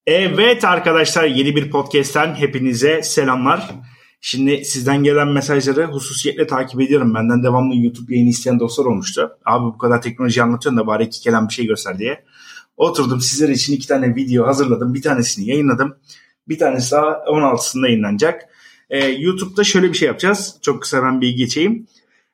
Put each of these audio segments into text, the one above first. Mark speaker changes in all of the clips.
Speaker 1: Evet arkadaşlar, yeni bir podcast'ten hepinize selamlar. Şimdi sizden gelen mesajları hususiyetle takip ediyorum. Benden devamlı YouTube yayını isteyen dostlar olmuştu. Abi bu kadar teknoloji anlatıyorsun da bari iki kelam bir şey göster diye. Oturdum sizler için 2 tane video hazırladım. Bir tanesini yayınladım. Bir tanesi daha 16'sında yayınlanacak. YouTube'da şöyle bir şey yapacağız. Çok kısa ben bir geçeyim.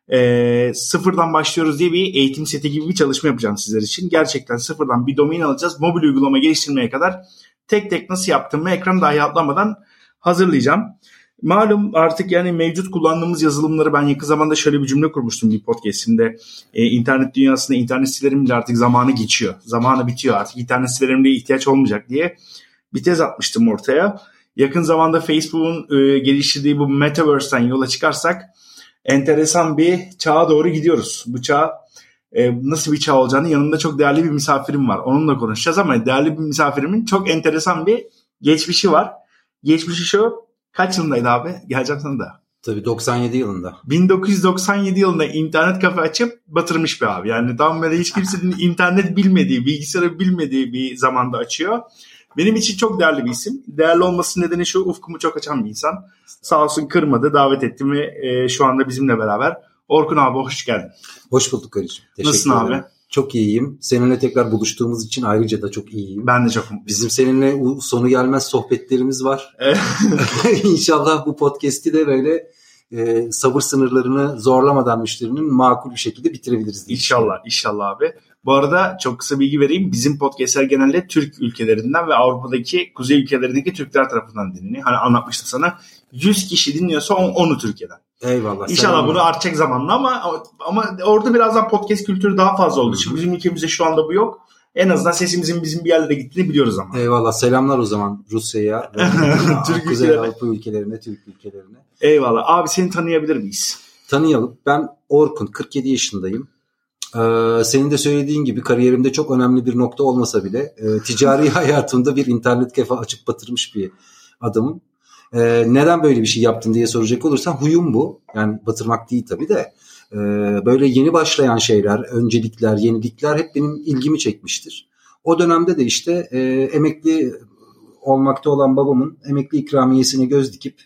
Speaker 1: Sıfırdan başlıyoruz diye bir eğitim seti gibi bir çalışma yapacağım sizler için. Gerçekten sıfırdan bir domain alacağız. Mobil uygulama geliştirmeye kadar tek tek nasıl yaptığımı ekran dahi atlamadan hazırlayacağım. Malum artık yani mevcut kullandığımız yazılımları ben yakın zamanda şöyle bir cümle kurmuştum bir podcast'imde. İnternet dünyasında internet sitelerin bile artık zamanı geçiyor. Zamanı bitiyor, artık internet sitelerine ihtiyaç olmayacak diye bir tez atmıştım ortaya. Yakın zamanda Facebook'un geliştirdiği bu Metaverse'den yola çıkarsak enteresan bir çağa doğru gidiyoruz. Bu çağ nasıl bir çağ olacağını, yanımda çok değerli bir misafirim var. Onunla konuşacağız ama değerli bir misafirimin çok enteresan bir geçmişi var. Geçmişi şu, kaç yılındaydı abi? Geleceğim sana da.
Speaker 2: Tabii 97 yılında.
Speaker 1: 1997 yılında internet kafe açıp batırmış bir abi. Yani tam böyle hiç kimsenin internet bilmediği, bilgisayarı bilmediği bir zamanda açıyor. Benim için çok değerli bir isim. Değerli olmasının nedeni şu, ufkumu çok açan bir insan. Sağ olsun kırmadı, davet ettim ve şu anda bizimle beraber. Orkun abi hoş geldin.
Speaker 2: Hoş bulduk Ali'ciğim.
Speaker 1: Nasılsın abi?
Speaker 2: Çok iyiyim. Seninle tekrar buluştuğumuz için ayrıca da çok iyiyim.
Speaker 1: Ben de çok mutluyum.
Speaker 2: Bizim seninle sonu gelmez sohbetlerimiz var. İnşallah bu podcast'i de böyle sabır sınırlarını zorlamadan müşterinin makul bir şekilde bitirebiliriz diye.
Speaker 1: İnşallah abi. Bu arada çok kısa bilgi vereyim. Bizim podcastler genelde Türk ülkelerinden ve Avrupa'daki kuzey ülkelerindeki Türkler tarafından dinleniyor. Hani anlatmıştım sana. 100 kişi dinliyorsa 10'u Türkiye'den.
Speaker 2: Eyvallah.
Speaker 1: İnşallah bunu artacak zamanla ama orada birazdan podcast kültürü daha fazla olduğu için bizim ülkemizde şu anda bu yok. En azından sesimizin bizim bir yerlere gittiğini biliyoruz ama.
Speaker 2: Eyvallah. Selamlar o zaman Rusya'ya,
Speaker 1: Türk
Speaker 2: Kuzey
Speaker 1: ülkelerine.
Speaker 2: Avrupa ülkelerine, Türk ülkelerine.
Speaker 1: Eyvallah. Abi seni tanıyabilir miyiz?
Speaker 2: Tanıyalım. Ben Orkun, 47 yaşındayım. Senin de söylediğin gibi kariyerimde çok önemli bir nokta olmasa bile ticari hayatımda bir internet kafe açıp batırmış bir adamım. Neden böyle bir şey yaptın diye soracak olursan huyum bu. Yani batırmak değil tabii de. Böyle yeni başlayan şeyler, öncelikler, yenilikler hep benim ilgimi çekmiştir. O dönemde de işte emekli olmakta olan babamın emekli ikramiyesine göz dikip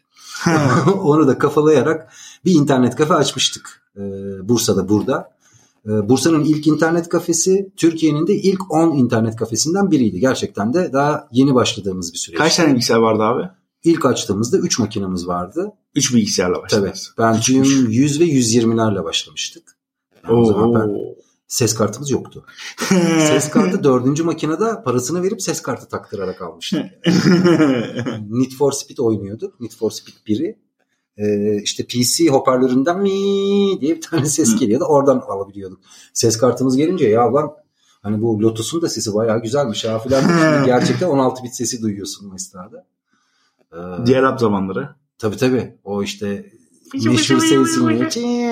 Speaker 2: onu da kafalayarak bir internet kafe açmıştık Bursa'da, burada. Bursa'nın ilk internet kafesi Türkiye'nin de ilk 10 internet kafesinden biriydi. Gerçekten de daha yeni başladığımız bir süreç.
Speaker 1: Kaç tane bilgisayar vardı abi?
Speaker 2: İlk açtığımızda 3 makinemiz vardı.
Speaker 1: 3 bilgisayarla başladınız.
Speaker 2: Tabii. Ben 100 ve 120'lerle başlamıştık. Yani o zaman ses kartımız yoktu. Ses kartı 4. makinede parasını verip ses kartı taktırarak almıştık. Need for Speed oynuyorduk. Need for Speed 1'i. İşte PC hoparlöründen mi diye bir tane ses geliyordu. Oradan alabiliyorduk. Ses kartımız gelince ya lan hani bu Lotus'un da sesi bayağı güzelmiş ya falan. Gerçekten 16 bit sesi duyuyorsun bu esnada.
Speaker 1: Diğer zamanları.
Speaker 2: Tabii. O işte meşhur sesini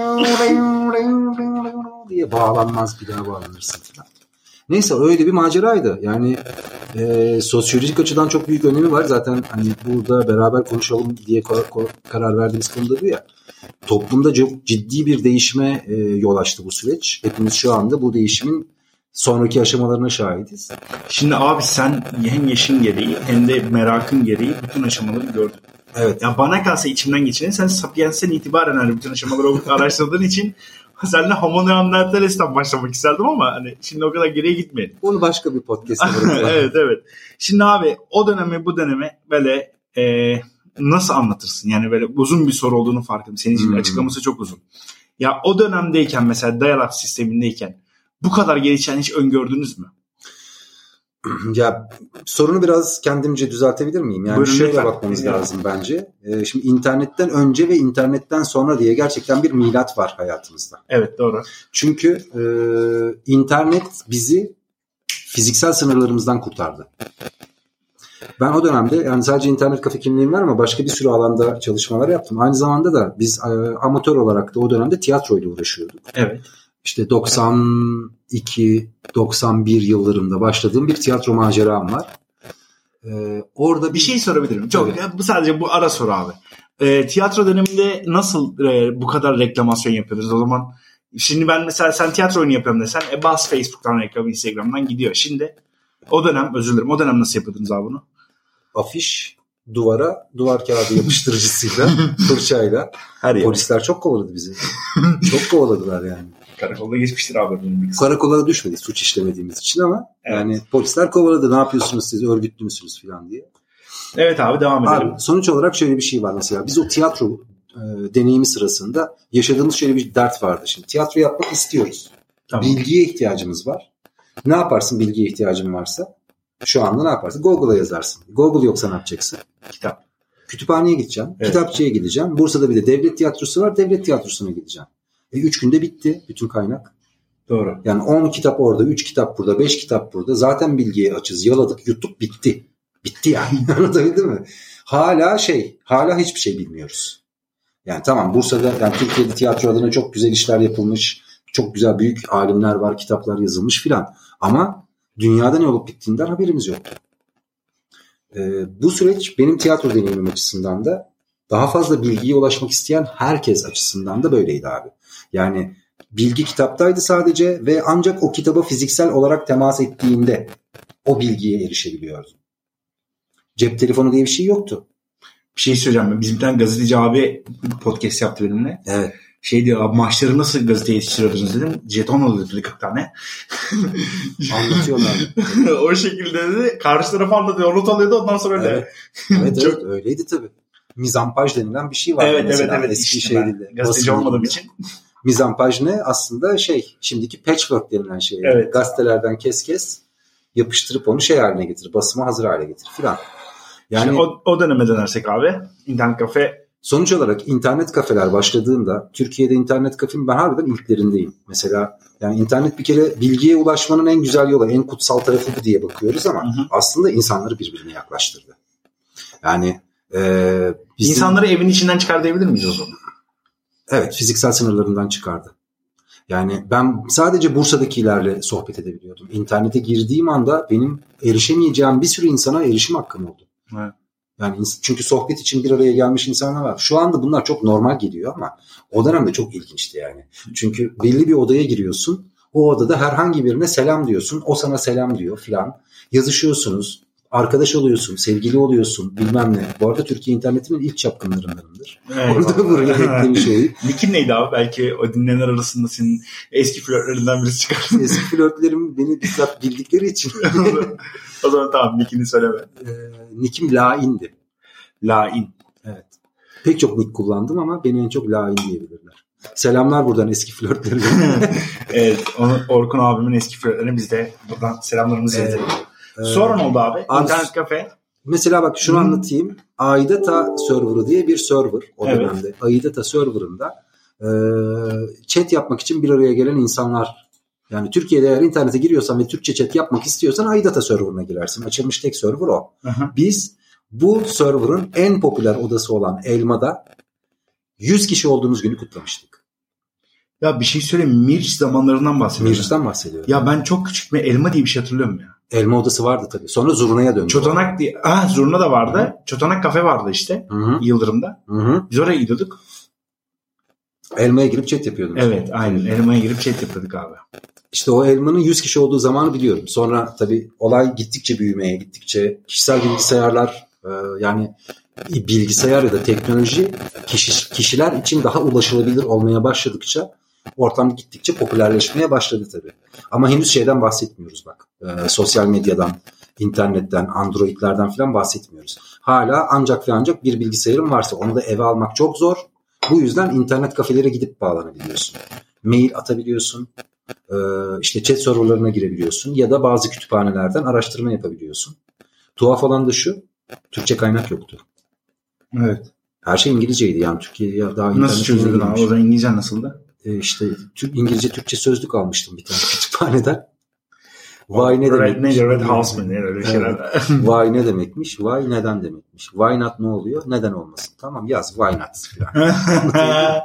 Speaker 2: diye bağlanmaz, bir daha bağlanırsın falan. Neyse öyle bir maceraydı. Yani sosyolojik açıdan çok büyük önemi var. Zaten hani burada beraber konuşalım diye karar verdiğimiz konuda bu ya. Toplumda çok ciddi bir değişime yol açtı bu süreç. Hepimiz şu anda bu değişimin sonraki aşamalarına şahidiz.
Speaker 1: Şimdi abi sen hem yaşın gereği hem de merakın gereği bütün aşamaları gördün.
Speaker 2: Evet.
Speaker 1: Ya bana kalsa içimden geçeni sen Sapiens'ten itibaren hani bütün aşamaları araştırdığın için seninle Homo neanderthales'ten başlamak isterdim ama hani şimdi o kadar geriye gitmeyelim.
Speaker 2: Onu başka bir podcast'a bırakalım.
Speaker 1: Evet. Şimdi abi o dönemi bu dönemi böyle nasıl anlatırsın? Yani böyle uzun bir soru olduğunu farkındayım. Senin için açıklaması çok uzun. Ya o dönemdeyken mesela dial-up sistemindeyken bu kadar gelişen hiç öngördünüz mü?
Speaker 2: Ya sorunu biraz kendimce düzeltebilir miyim? Yani buyurun, şöyle bakmamız lazım bence. Şimdi internetten önce ve internetten sonra diye gerçekten bir milat var hayatımızda.
Speaker 1: Evet, doğru.
Speaker 2: Çünkü internet bizi fiziksel sınırlarımızdan kurtardı. Ben o dönemde yani sadece internet kafe kimliğim var ama başka bir sürü alanda çalışmalar yaptım. Aynı zamanda da biz amatör olarak da o dönemde tiyatroyla uğraşıyorduk.
Speaker 1: Evet.
Speaker 2: İşte 92-91 yıllarında başladığım bir tiyatro maceram var. Orada
Speaker 1: bir şey sorabilirim. Çok bu sadece bu ara soru abi. Tiyatro döneminde nasıl bu kadar reklamasyon yapıyoruz o zaman? Şimdi ben mesela sen tiyatro oyunu yapıyorum desen bas Facebook'tan reklam, Instagram'dan gidiyor. Şimdi o dönem, özür dilerim, o dönem nasıl yapıyordunuz abi bunu?
Speaker 2: afiş, duvara duvar kağıdı yapıştırıcısıyla, fırçayla. Polisler çok kovaladı bizi. Çok kovaladılar yani.
Speaker 1: Karakolda geçmiştir abi.
Speaker 2: Karakolara düşmedik suç işlemediğimiz için ama yani polisler kovaladı. Ne yapıyorsunuz siz, örgütlü müsünüz falan diye.
Speaker 1: Evet abi, devam edelim.
Speaker 2: Abi, sonuç olarak şöyle bir şey var mesela. Biz o tiyatro deneyimi sırasında yaşadığımız şöyle bir dert vardı. Şimdi tiyatro yapmak istiyoruz. Tamam. Bilgiye ihtiyacımız var. Ne yaparsın bilgiye ihtiyacın varsa? Şu anda ne yaparsın? Google'a yazarsın. Google yoksa ne yapacaksın?
Speaker 1: Kitap.
Speaker 2: Kütüphaneye gideceğim. Evet. Kitapçıya gideceğim. Bursa'da bir de devlet tiyatrosu var. Devlet tiyatrosuna gideceğim. 3 günde bitti bütün kaynak.
Speaker 1: Doğru.
Speaker 2: Yani 10 kitap orada, 3 kitap burada, 5 kitap burada. Zaten bilgiye açız. Yaladık, yuttuk, bitti. Bitti yani. Anlatabildim mi? Hala hiçbir şey bilmiyoruz. Yani tamam, Bursa'da, yani Türkiye'de tiyatro adına çok güzel işler yapılmış. Çok güzel büyük alimler var, kitaplar yazılmış filan. Ama dünyada ne olup bittiğinden haberimiz yoktu. Bu süreç benim tiyatro deneyimim açısından da, daha fazla bilgiye ulaşmak isteyen herkes açısından da böyleydi abi. Yani bilgi kitaptaydı sadece ve ancak o kitaba fiziksel olarak temas ettiğinde o bilgiye erişebiliyordun. Cep telefonu diye bir şey yoktu.
Speaker 1: Bir şey söyleyeceğim. Bizim bir tane gazeteci abi podcast yaptı benimle.
Speaker 2: Evet.
Speaker 1: Şey diyor, abi maçları nasıl gazeteye yetiştiriyordunuz dedim. Jeton alıyordu 40 tane.
Speaker 2: Anlatıyorlar.
Speaker 1: O şekilde dedi. Karşı taraf anlatıyor. Not alıyordu, ondan sonra öyle.
Speaker 2: Evet, evet öyleydi tabii. Mizampaj denilen bir şey var.
Speaker 1: Evet. Eski işte gazeteci olmadığım için.
Speaker 2: Mizampaj ne? Aslında şimdiki patchwork denilen şey.
Speaker 1: Evet.
Speaker 2: Gazetelerden kes yapıştırıp onu haline getir. Basıma hazır hale getir filan. Yani
Speaker 1: şimdi o döneme dönersek abi, internet kafe.
Speaker 2: Sonuç olarak internet kafeler başladığında, Türkiye'de internet kafenin ben harbiden ilklerindeyim. Mesela yani internet bir kere bilgiye ulaşmanın en güzel yolu, en kutsal tarafı bu diye bakıyoruz ama aslında insanları birbirine yaklaştırdı. Yani
Speaker 1: İnsanları evin içinden çıkar diyebilir miyiz o zaman?
Speaker 2: Evet, fiziksel sınırlarından çıkardı. Yani ben sadece Bursa'dakilerle sohbet edebiliyordum. İnternete girdiğim anda benim erişemeyeceğim bir sürü insana erişim hakkım oldu.
Speaker 1: Evet.
Speaker 2: Yani çünkü sohbet için bir araya gelmiş insanlar var. Şu anda bunlar çok normal geliyor ama o dönemde çok ilginçti yani. Çünkü belli bir odaya giriyorsun. O odada herhangi birine selam diyorsun. O sana selam diyor filan. Yazışıyorsunuz. Arkadaş oluyorsun. Sevgili oluyorsun. Bilmem ne. Bu arada Türkiye internetinin ilk çapkınlarındandır.
Speaker 1: Evet.
Speaker 2: Orada buraya eklemiş olayım.
Speaker 1: Nick'in neydi abi? Belki o dinleyenler arasında senin eski flörtlerinden birisi çıkar.
Speaker 2: Eski flörtlerim beni bizzat bildikleri için.
Speaker 1: O zaman tamam, Nick'ini söyleme.
Speaker 2: Nick'im Lain'di.
Speaker 1: Lain.
Speaker 2: Evet. Pek çok nick kullandım ama beni en çok Lain diyebilirler. Selamlar buradan eski flörtlerime.
Speaker 1: Evet. Orkun abimin eski flörtlerine biz de buradan selamlarımızı iletelim. Sonra ne oldu abi? İnternet kafe.
Speaker 2: Mesela bak şunu anlatayım. Aidata server'ı diye bir server o dönemde. Evet. Aidata server'ında chat yapmak için bir araya gelen insanlar. Yani Türkiye'de eğer internete giriyorsan ve Türkçe chat yapmak istiyorsan Aidata server'ına girersin. Açılmış tek server o. Biz bu server'ın en popüler odası olan Elma'da 100 kişi olduğumuz günü kutlamıştık.
Speaker 1: Ya bir şey söyleyeyim. Mirç zamanlarından bahsediyorum.
Speaker 2: Mirç'ten bahsediyorum.
Speaker 1: Ya ben çok küçük bir Elma diye bir şey hatırlıyorum ya.
Speaker 2: Elma odası vardı tabii. Sonra Zurna'ya döndü.
Speaker 1: Çotanak diye. Zurna da vardı. Çotanak kafe vardı işte. Hı-hı. Yıldırım'da.
Speaker 2: Hı-hı.
Speaker 1: Biz oraya gidiyorduk.
Speaker 2: Elma'ya girip chat yapıyordum.
Speaker 1: Evet, aynen. Elma'ya girip chat yapıyorduk abi.
Speaker 2: İşte o Elma'nın 100 kişi olduğu zamanı biliyorum. Sonra tabii olay gittikçe büyümeye, gittikçe kişisel bilgisayarlar, yani bilgisayar ya da teknoloji kişiler için daha ulaşılabilir olmaya başladıkça ortam gittikçe popülerleşmeye başladı tabii. Ama henüz şeyden bahsetmiyoruz bak. Sosyal medyadan, internetten, Android'lerden falan bahsetmiyoruz. Hala ancak ve ancak bir bilgisayarın varsa onu da eve almak çok zor. Bu yüzden internet kafelere gidip bağlanabiliyorsun. Mail atabiliyorsun. İşte chat serverlarına girebiliyorsun. Ya da bazı kütüphanelerden araştırma yapabiliyorsun. Tuhaf olan da şu. Türkçe kaynak yoktu.
Speaker 1: Evet.
Speaker 2: Her şey İngilizceydi yani Türkiye'ye daha
Speaker 1: nasıl çözüldün abi? O zaman İngilizce nasıldı?
Speaker 2: İşte İngilizce Türkçe sözlük almıştım bir tane kütüphaneden. Why ne demekmiş?
Speaker 1: Red House mı? Öyle şeyler.
Speaker 2: Why ne demekmiş? Why neden demekmiş? Why not ne oluyor? Neden olmasın? Tamam yaz why not falan.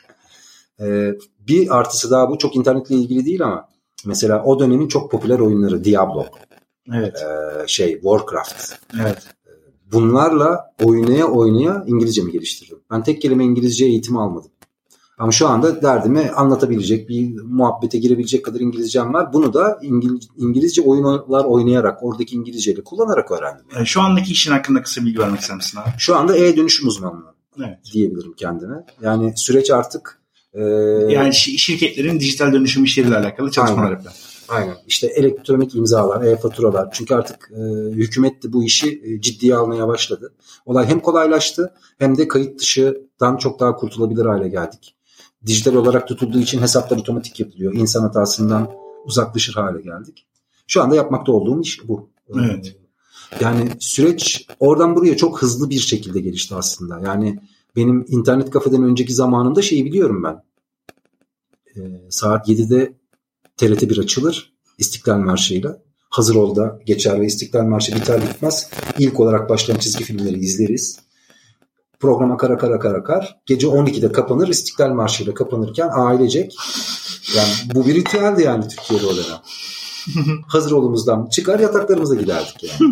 Speaker 2: Bir artısı daha bu. Çok internetle ilgili değil ama mesela o dönemin çok popüler oyunları Diablo.
Speaker 1: Evet.
Speaker 2: Warcraft.
Speaker 1: Evet.
Speaker 2: Bunlarla oynaya İngilizcemi geliştirdim. Ben tek kelime İngilizce eğitimi almadım. Ama şu anda derdimi anlatabilecek, bir muhabbete girebilecek kadar İngilizcem var. Bunu da İngilizce oyunlar oynayarak, oradaki İngilizceyle kullanarak öğrendim.
Speaker 1: Yani. Şu andaki işin hakkında kısa bilgi vermek ister misin abi?
Speaker 2: Şu anda dönüşüm uzmanlığı diyebilirim kendime. Yani süreç artık...
Speaker 1: yani şirketlerin dijital dönüşüm işleriyle alakalı çalışmalar yapıyor.
Speaker 2: Aynen. İşte elektronik imzalar, e-faturalar. Çünkü artık hükümet de bu işi ciddiye almaya başladı. Olay hem kolaylaştı hem de kayıt dışından çok daha kurtulabilir hale geldik. Dijital olarak tutulduğu için hesaplar otomatik yapılıyor. İnsan hatasından uzaklaşır hale geldik. Şu anda yapmakta olduğum iş bu.
Speaker 1: Evet.
Speaker 2: Yani süreç oradan buraya çok hızlı bir şekilde gelişti aslında. Yani benim internet kafeden önceki zamanımda şeyi biliyorum ben. Saat 7'de TRT1 açılır İstiklal Marşı'yla. Hazır ol da geçer ve İstiklal Marşı biter bitmez ilk olarak başlayan çizgi filmleri izleriz. Program akar. Gece 12'de kapanır. İstiklal Marşı'yla kapanırken ailecek. Yani bu bir ritüeldi yani Türkiye'de o dönem. Hazır olumuzdan çıkar yataklarımıza giderdik yani.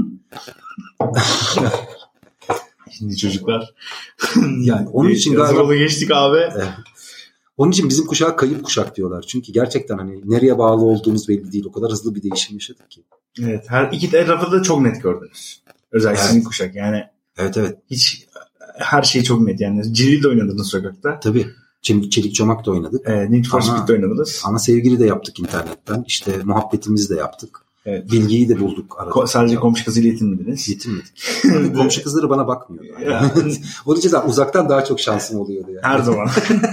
Speaker 1: Şimdi çocuklar.
Speaker 2: Yani onun için galiba
Speaker 1: geçtik abi.
Speaker 2: Onun için bizim kuşağa kayıp kuşak diyorlar. Çünkü gerçekten hani nereye bağlı olduğumuz belli değil. O kadar hızlı bir değişim yaşadık ki.
Speaker 1: Evet. Her iki tarafı da çok net gördünüz. Özellikle sizin kuşak. Yani
Speaker 2: evet.
Speaker 1: Hiç her şey çok net. Yani Cilil de oynadınız sokakta.
Speaker 2: Tabii. Çelik Çomak da oynadık.
Speaker 1: Need for Speed de oynadınız.
Speaker 2: Ana sevgili de yaptık internetten. İşte muhabbetimizi de yaptık.
Speaker 1: Evet.
Speaker 2: Bilgiyi de bulduk arada.
Speaker 1: Sadece komşu kızıyla yetinmediniz.
Speaker 2: Yetinmedik. Komşu kızları bana bakmıyordu. Yani. Onun için uzaktan daha çok şansım oluyordu yani.
Speaker 1: Her zaman.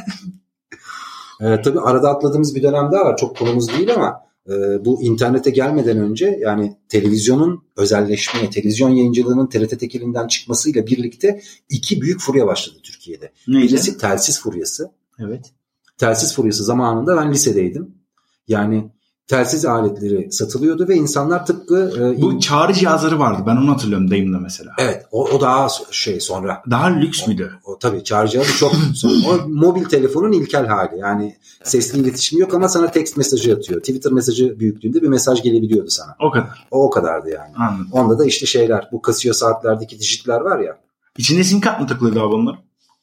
Speaker 2: Tabii arada atladığımız bir dönem daha var. Çok konumuz değil ama bu internete gelmeden önce yani televizyonun özelleşmeye, televizyon yayıncılığının TRT tekelinden çıkmasıyla birlikte iki büyük furya başladı Türkiye'de.
Speaker 1: Neydi?
Speaker 2: Birisi telsiz furyası.
Speaker 1: Evet.
Speaker 2: Telsiz furyası zamanında ben lisedeydim. Yani telsiz aletleri satılıyordu ve insanlar tıpkı...
Speaker 1: bu çağrı cihazları vardı. Ben onu hatırlıyorum dayımla mesela.
Speaker 2: Evet. O daha sonra.
Speaker 1: Daha lüks müydü?
Speaker 2: O tabii çağrı cihazı çok sonra. O mobil telefonun ilkel hali. Yani sesli iletişim yok ama sana text mesajı atıyor. Twitter mesajı büyüklüğünde bir mesaj gelebiliyordu sana.
Speaker 1: O kadar.
Speaker 2: O kadardı yani.
Speaker 1: Anladım.
Speaker 2: Onda da işte şeyler, bu Casio saatlerdeki dijitler var ya.
Speaker 1: İçinde sim kart mı takılıyordu abi onlar?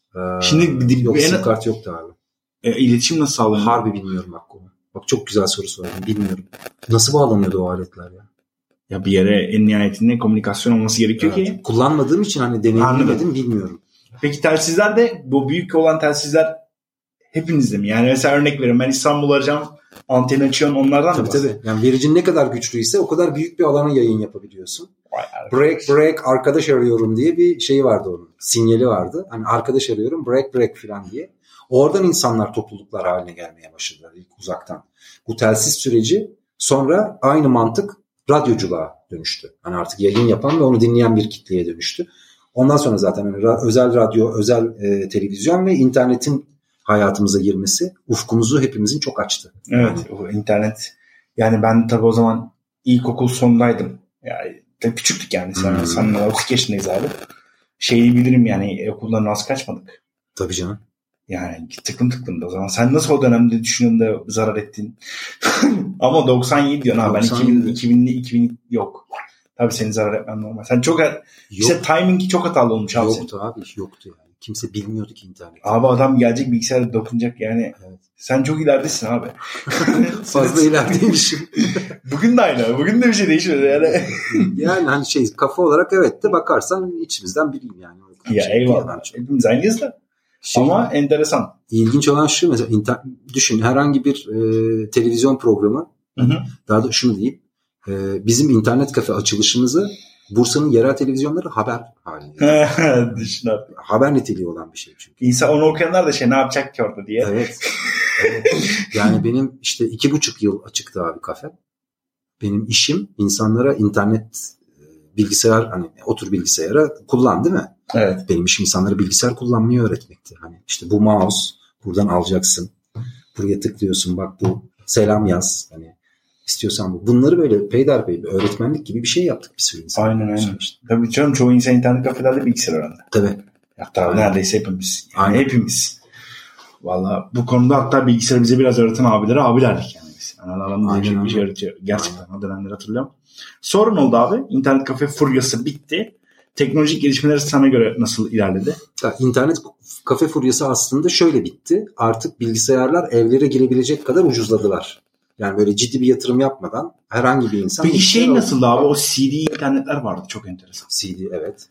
Speaker 1: Şimdi
Speaker 2: yok sim kart yoktu abi.
Speaker 1: İletişim nasıl sağlanıyor?
Speaker 2: Harbi bilmiyorum bak onu. Bak çok güzel soru sordun. Bilmiyorum. Nasıl bağlanıyordu o aletler ya?
Speaker 1: Ya bir yere en nihayetinde komünikasyon olması gerekiyor ki.
Speaker 2: Kullanmadığım için hani deneyimlemedim bilmiyorum.
Speaker 1: Peki telsizler de bu büyük olan telsizler hepinizde mi? Yani mesela örnek veriyorum ben İstanbul'u arayacağım anteni açıyorum onlardan mı?
Speaker 2: Tabii. Yani vericin ne kadar güçlüyse o kadar büyük bir alana yayın yapabiliyorsun. Break arkadaş arıyorum diye bir şey vardı onun. Sinyali vardı. Hani arkadaş arıyorum break falan diye. Oradan insanlar topluluklar haline gelmeye başladılar ilk uzaktan. Bu telsiz süreci sonra aynı mantık radyoculuğa dönüştü. Hani artık yayın yapan ve onu dinleyen bir kitleye dönüştü. Ondan sonra zaten hani özel radyo, özel televizyon ve internetin hayatımıza girmesi ufkumuzu hepimizin çok açtı.
Speaker 1: Evet, o internet. Yani ben tabii o zaman ilkokul sondaydım. Yani küçüktük yani. Sen 32 yaşındayız abi. Şeyi bilirim yani okuldan az kaçmadık.
Speaker 2: Tabii canım.
Speaker 1: Yani tıklım o zaman. Sen nasıl o dönemde düşünüyorsun da zarar ettin? Ama 97 diyorsun ha. Ben 2000 yok. Tabii senin zarar etmen normal. Sen çok işte timingi çok hatalı olmuş abi.
Speaker 2: Yoktu abi. Yoktu yani. Kimse bilmiyordu ki internet.
Speaker 1: Abi adam gelecek bilgisayarda dokunacak yani. Evet. Sen çok ileridesin abi.
Speaker 2: Fazla ilerideymişim.
Speaker 1: Bugün de aynı. Bugün de bir şey değişmedi yani.
Speaker 2: Yani hani kafa olarak evet de bakarsan içimizden biriyim yani.
Speaker 1: Ya eyvallah. Hepimiz aynıyız da. Ama enteresan.
Speaker 2: İlginç olan şu mesela düşün herhangi bir televizyon programı daha da şunu diyeyim bizim internet kafe açılışımızı Bursa'nın yerel televizyonları haber halinde.
Speaker 1: Düşün abi.
Speaker 2: Haber niteliği olan bir şey çünkü.
Speaker 1: İnsan onu okuyanlar da ne yapacak ki orada diye.
Speaker 2: Evet. Yani benim işte 2,5 yıl açıktı abi kafe. Benim işim insanlara internet bilgisayar hani otur bilgisayara kullan değil mi?
Speaker 1: Evet.
Speaker 2: Benim işim insanlara bilgisayar kullanmayı öğretmekti. Hani işte bu mouse buradan alacaksın. Buraya tıklıyorsun bak bu selam yaz. Hani istiyorsan bu. Bunları böyle peyderpey öğretmenlik gibi bir şey yaptık bir sürü insan.
Speaker 1: Aynen. İşte. Tabii canım çoğu insan internet kafelerde bilgisayar öğrendi.
Speaker 2: Tabii.
Speaker 1: Hatta neredeyse hepimiz. Yani hepimiz. Valla bu konuda hatta bilgisayarı bize biraz öğreten abilerdik yani biz. Analarımız bir şey öğretiyor. Gerçekten o dönemleri hatırlıyorum. Sorun oldu abi. İnternet kafe furyası bitti. teknolojik gelişmeler sana göre nasıl ilerledi?
Speaker 2: Ya, internet kafe furyası aslında şöyle bitti. Artık bilgisayarlar evlere girebilecek kadar ucuzladılar. Yani böyle ciddi bir yatırım yapmadan herhangi bir insan...
Speaker 1: Peki şey nasıldı abi? O CD internetler vardı. Çok enteresan.
Speaker 2: CD, evet.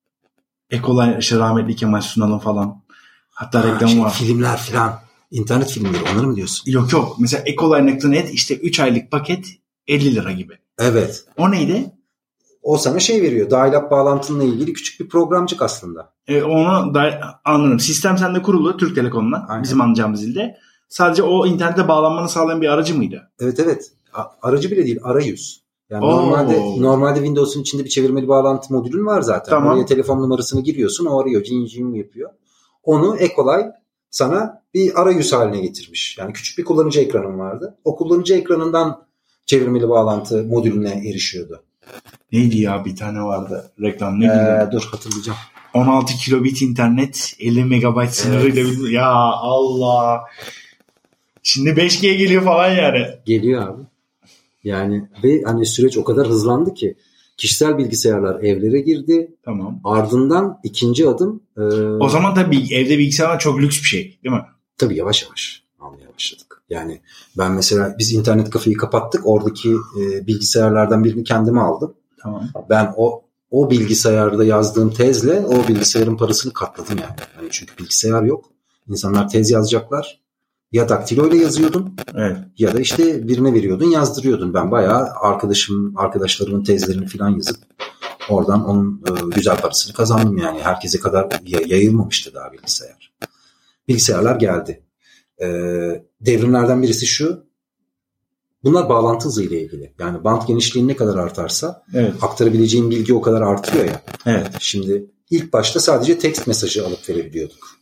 Speaker 1: Ekolay, işte rahmetli Kemal Sunal'ın falan. Hatta reklamı var.
Speaker 2: Filmler falan. İnternet filmleri, onları mı diyorsun?
Speaker 1: Yok. Mesela Ekolay.net işte 3 aylık paket 50 lira gibi.
Speaker 2: Evet.
Speaker 1: O neydi?
Speaker 2: O sana şey veriyor. Dial-up bağlantınla ilgili küçük bir programcık aslında.
Speaker 1: Onu da anladım. Sistem sende kurulu Türk Telekom'la.
Speaker 2: Aynen.
Speaker 1: Bizim anlayacağımız dilde. Sadece o internete bağlanmanı sağlayan bir aracı mıydı?
Speaker 2: Evet. Aracı bile değil, arayüz. Yani normalde Windows'un içinde bir çevirmeli bağlantı modülün var zaten.
Speaker 1: Tamam.
Speaker 2: Oraya telefon numarasını giriyorsun, o arıyor, cin yapıyor. Onu Ekolay sana bir arayüz haline getirmiş. Yani küçük bir kullanıcı ekranın vardı. O kullanıcı ekranından çevirmeli bağlantı modülüne erişiyordu.
Speaker 1: Neydi ya, bir tane vardı reklam, ne
Speaker 2: dur hatırlayacağım.
Speaker 1: 16 kilobit internet 50 megabayt sınırıyla ya Allah. Şimdi 5G geliyor falan yani.
Speaker 2: Geliyor abi. Yani ve hani süreç o kadar hızlandı ki kişisel bilgisayarlar evlere girdi.
Speaker 1: Tamam.
Speaker 2: Ardından ikinci adım.
Speaker 1: O zaman tabii evde bilgisayarlar çok lüks bir şey, değil mi?
Speaker 2: Tabii yavaş yavaş almaya başladık. Yani ben mesela biz internet kafeyi kapattık. Oradaki bilgisayarlardan birini kendime aldım.
Speaker 1: Tamam.
Speaker 2: Ben o bilgisayarda yazdığım tezle o bilgisayarın parasını katladım yani. Yani çünkü bilgisayar yok. İnsanlar tez yazacaklar. Ya daktiloyla yazıyordun,
Speaker 1: evet,
Speaker 2: ya da işte birine veriyordun, yazdırıyordun. Ben bayağı arkadaşlarımın tezlerini falan yazıp oradan onun güzel parasını kazandım yani. Herkese kadar yayılmamıştı daha bilgisayar. Bilgisayarlar geldi. Devrimlerden birisi şu. Bunlar bağlantı hızı ile ilgili. Yani bant genişliği ne kadar artarsa aktarabileceğin bilgi o kadar artıyor ya.
Speaker 1: Evet.
Speaker 2: Şimdi ilk başta sadece text mesajı alıp verebiliyorduk.